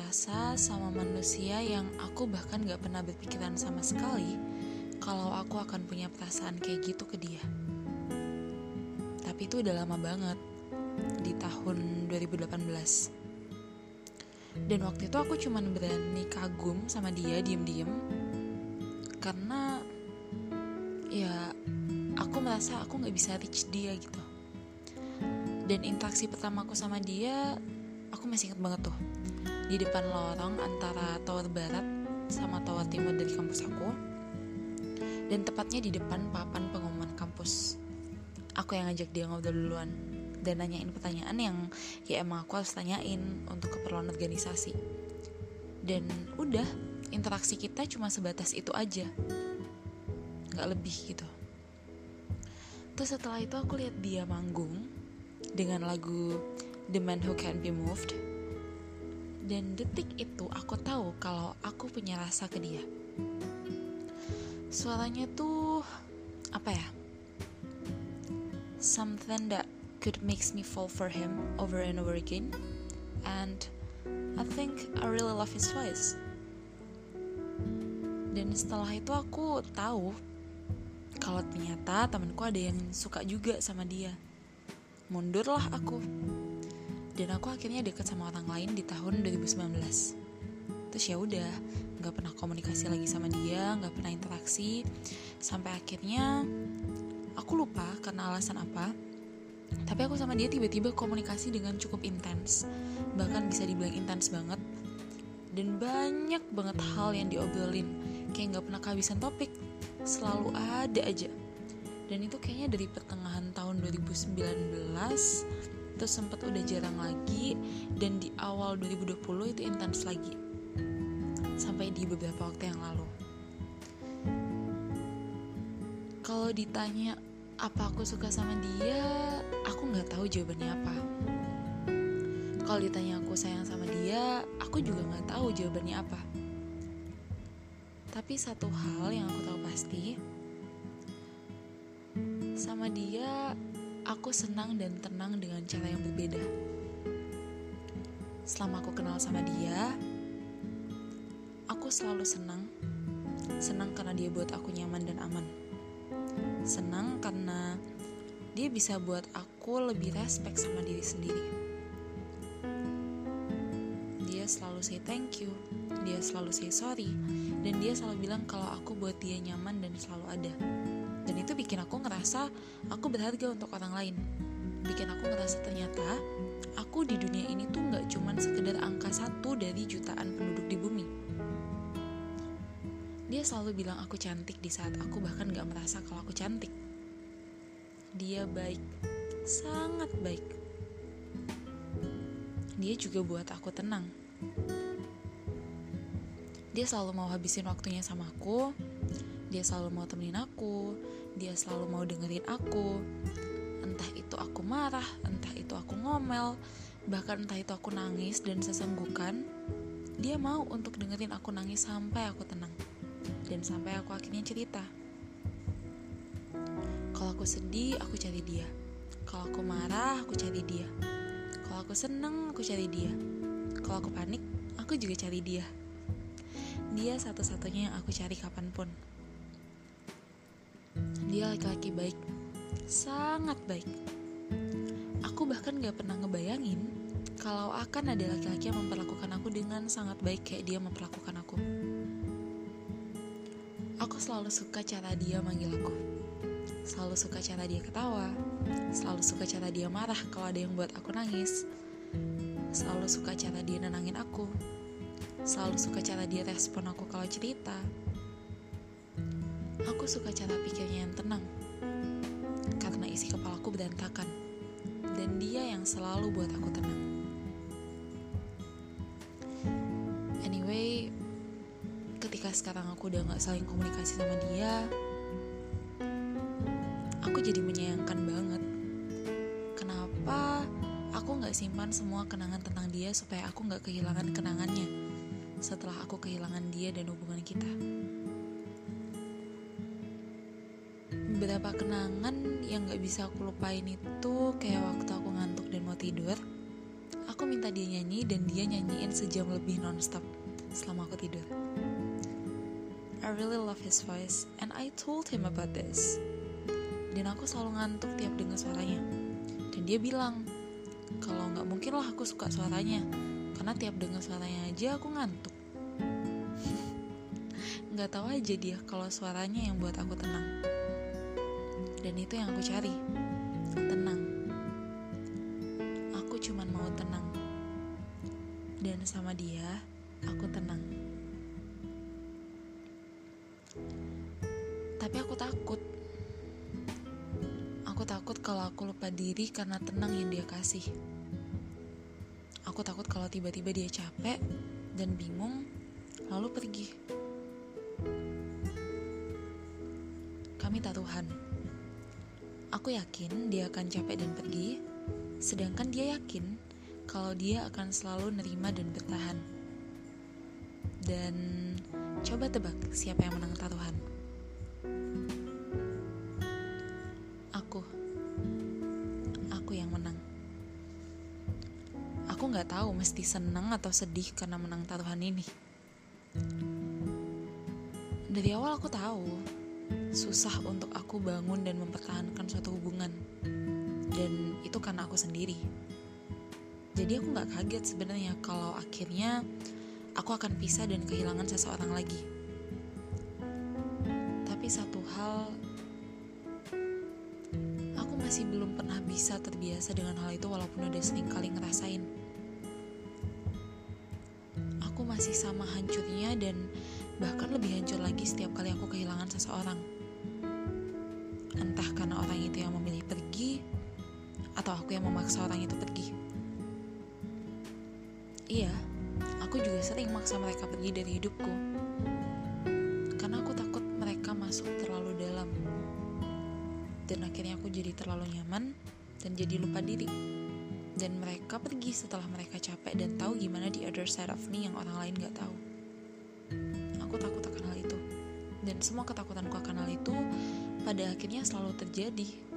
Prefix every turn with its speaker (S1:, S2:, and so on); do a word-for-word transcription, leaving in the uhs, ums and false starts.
S1: rasa sama manusia yang aku bahkan gak pernah berpikiran sama sekali kalau aku akan punya perasaan kayak gitu ke dia. Tapi itu udah lama banget, di tahun dua ribu delapan belas. Dan waktu itu aku cuman berani kagum sama dia diem-diem karena ya aku merasa aku gak bisa reach dia gitu. Dan interaksi pertamaku sama dia, aku masih ingat banget tuh, di depan lorong antara tower barat sama tower timur dari kampus aku, dan tepatnya di depan papan pengumuman kampus. Aku yang ngajak dia ngobrol duluan dan nanyain pertanyaan yang ya emang aku harus tanyain untuk keperluan organisasi. Dan udah, interaksi kita cuma sebatas itu aja, gak lebih gitu. Terus setelah itu aku lihat dia manggung dengan lagu The Man Who Can't Be Moved. Dan detik itu aku tahu kalau aku punya rasa ke dia. Suaranya tuh apa ya, something that could makes me fall for him over and over again. And I think I really love his voice. Dan setelah itu aku tahu kalau ternyata temanku ada yang suka juga sama dia. Mundurlah aku. Dan aku akhirnya deket sama orang lain di tahun dua ribu sembilan belas. Terus ya udah, nggak pernah komunikasi lagi sama dia, nggak pernah interaksi, sampai akhirnya aku lupa karena alasan apa. Tapi aku sama dia tiba-tiba komunikasi dengan cukup intens, bahkan bisa dibilang intens banget. Dan banyak banget hal yang diobrolin, kayak nggak pernah kehabisan topik, selalu ada aja. Dan itu kayaknya dari pertengahan tahun dua ribu sembilan belas, terus sempat udah jarang lagi, dan di awal dua ribu dua puluh itu intens lagi, sampai di beberapa waktu yang lalu. Kalau ditanya apa aku suka sama dia, aku gak tahu jawabannya apa. Kalau ditanya aku sayang sama dia, aku juga gak tahu jawabannya apa. Tapi satu hal yang aku tahu pasti, sama dia aku senang dan tenang dengan cara yang berbeda. Selama aku kenal sama dia, aku selalu senang. Senang karena dia buat aku nyaman dan aman. Senang karena dia bisa buat aku lebih respect sama diri sendiri. Dia selalu say thank you, dia selalu say sorry, dan dia selalu bilang kalau aku buat dia nyaman dan selalu ada. Dan itu bikin aku ngerasa aku berharga untuk orang lain. Bikin aku ngerasa ternyata aku di dunia ini tuh gak cuman sekedar angka satu dari jutaan penduduk di bumi. Dia selalu bilang aku cantik di saat aku bahkan gak merasa kalau aku cantik. Dia baik, sangat baik. Dia juga buat aku tenang. Dia selalu mau habisin waktunya sama aku. Dia selalu mau temenin aku. Dia selalu mau dengerin aku. Entah itu aku marah, entah itu aku ngomel, bahkan entah itu aku nangis dan sesenggukan, dia mau untuk dengerin aku nangis sampai aku tenang. Dan sampai aku akhirnya cerita. Kalau aku sedih, aku cari dia. Kalau aku marah, aku cari dia. Kalau aku seneng, aku cari dia. Kalau aku panik, aku juga cari dia. Dia satu-satunya yang aku cari kapanpun. Dia laki-laki baik, sangat baik. Aku bahkan gak pernah ngebayangin kalau akan ada laki-laki yang memperlakukan aku dengan sangat baik kayak dia memperlakukan aku. Aku selalu suka cara dia manggil aku. Selalu suka cara dia ketawa. Selalu suka cara dia marah kalau ada yang buat aku nangis. Selalu suka cara dia nenangin aku. Selalu suka cara dia respon aku kalau cerita. Aku suka cara pikirnya yang tenang, karena isi kepalaku berantakan. Dan dia yang selalu buat aku tenang. Anyway, ketika sekarang aku udah gak saling komunikasi sama dia, aku jadi menyayangkan banget. Kenapa aku gak simpan semua kenangan tentang dia supaya aku gak kehilangan kenangannya setelah aku kehilangan dia dan hubungan kita. Beberapa kenangan yang gak bisa aku lupain itu kayak waktu aku ngantuk dan mau tidur, aku aku minta dia nyanyi dan dia nyanyiin sejam lebih nonstop selama aku tidur. I really love his voice and I told him about this. Dan aku selalu ngantuk tiap dengar suaranya. Dan dia bilang, kalau nggak mungkin lah aku suka suaranya, karena tiap dengar suaranya aja aku ngantuk. Nggak tahu aja dia kalau suaranya yang buat aku tenang. Dan itu yang aku cari, tenang. Aku cuman mau tenang. Dan sama dia, aku tenang. Tapi aku takut. Aku takut kalau aku lupa diri karena tenang yang dia kasih. Aku takut kalau tiba-tiba dia capek dan bingung, lalu pergi. Kami tak Tuhan. Aku yakin dia akan capek dan pergi, sedangkan dia yakin kalau dia akan selalu nerima dan bertahan. Dan coba tebak siapa yang menang taruhan? Aku. Aku yang menang. Aku gak tahu mesti senang atau sedih karena menang taruhan ini. Dari awal aku tahu susah untuk aku bangun dan mempertahankan suatu hubungan. Dan itu karena aku sendiri. Jadi aku gak kaget sebenarnya kalau akhirnya aku akan pisah dan kehilangan seseorang lagi. Tapi satu hal, aku masih belum pernah bisa terbiasa dengan hal itu walaupun udah sering kali ngerasain. Aku masih sama hancurnya dan bahkan lebih hancur lagi setiap kali aku kehilangan seseorang. Entah karena orang itu yang memilih pergi, atau aku yang memaksa orang itu pergi. Iya, aku juga sering maksa mereka pergi dari hidupku. Karena aku takut mereka masuk terlalu dalam. Dan akhirnya aku jadi terlalu nyaman dan jadi lupa diri. Dan mereka pergi setelah mereka capek dan tahu gimana the other side of me yang orang lain gak tahu. Aku takut akan hal itu. Dan semua ketakutanku akan hal itu pada akhirnya selalu terjadi